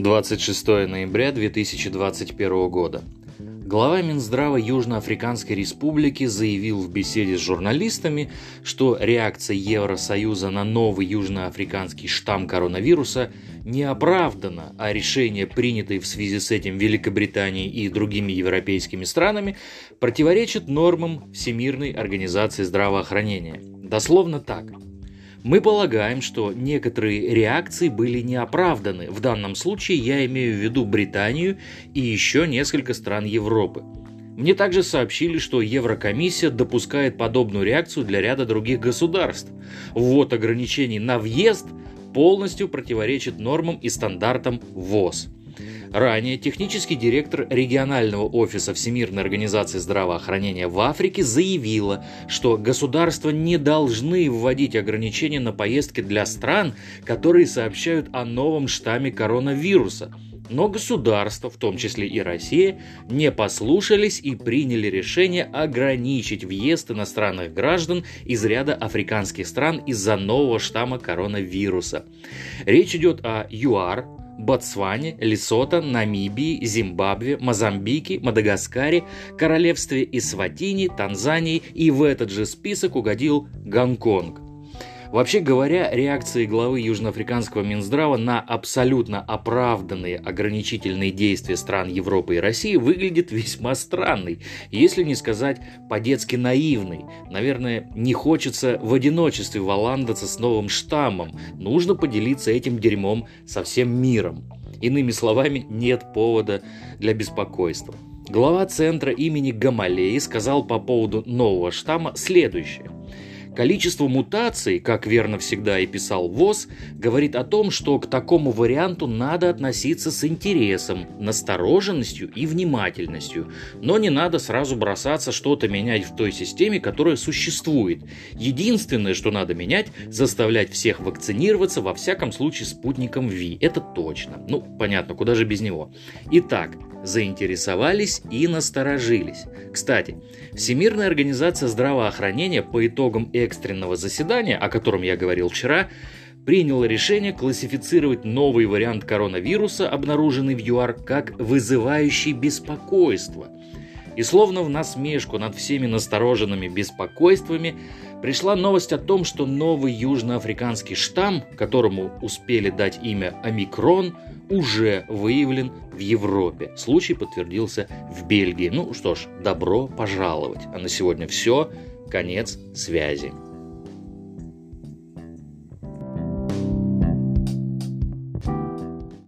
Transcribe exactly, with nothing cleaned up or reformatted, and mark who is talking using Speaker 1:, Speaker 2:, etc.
Speaker 1: двадцать шестое ноября две тысячи двадцать первого года. Глава Минздрава Южноафриканской Республики заявил в беседе с журналистами, что реакция Евросоюза на новый южноафриканский штамм коронавируса не оправдана, а решения, принятые в связи с этим Великобританией и другими европейскими странами, противоречат нормам Всемирной организации здравоохранения. Дословно так. Мы полагаем, что некоторые реакции были неоправданы. В данном случае я имею в виду Британию и еще несколько стран Европы. Мне также сообщили, что Еврокомиссия допускает подобную реакцию для ряда других государств. Ввод ограничений на въезд полностью противоречит нормам и стандартам ВОЗ. Ранее технический директор регионального офиса Всемирной организации здравоохранения в Африке заявила, что государства не должны вводить ограничения на поездки для стран, которые сообщают о новом штамме коронавируса. Но государства, в том числе и Россия, не послушались и приняли решение ограничить въезд иностранных граждан из ряда африканских стран из-за нового штамма коронавируса. Речь идет о ЮАР, Ботсване, Лесото, Намибии, Зимбабве, Мозамбике, Мадагаскаре, Королевстве Эсватини, Танзании, и в этот же список угодил Гонконг. Вообще говоря, реакции главы Южноафриканского Минздрава на абсолютно оправданные ограничительные действия стран Европы и России выглядит весьма странной, если не сказать по-детски наивной. Наверное, не хочется в одиночестве валандаться с новым штаммом, нужно поделиться этим дерьмом со всем миром. Иными словами, нет повода для беспокойства. Глава центра имени Гамалеи сказал по поводу нового штамма следующее. Количество мутаций, как верно всегда и писал ВОЗ, говорит о том, что к такому варианту надо относиться с интересом, настороженностью и внимательностью, но не надо сразу бросаться что-то менять в той системе, которая существует. Единственное, что надо менять, заставлять всех вакцинироваться, во всяком случае, спутником Ви. Это точно. Ну, понятно, куда же без него. Итак, заинтересовались и насторожились. Кстати, Всемирная организация здравоохранения по итогам экстренного заседания, о котором я говорил вчера, приняла решение классифицировать новый вариант коронавируса, обнаруженный в ЮАР, как вызывающий беспокойство. И словно в насмешку над всеми настороженными беспокойствами пришла новость о том, что новый южноафриканский штамм, которому успели дать имя Омикрон, уже выявлен в Европе. Случай подтвердился в Бельгии. Ну что ж, добро пожаловать. А на сегодня все. Конец связи.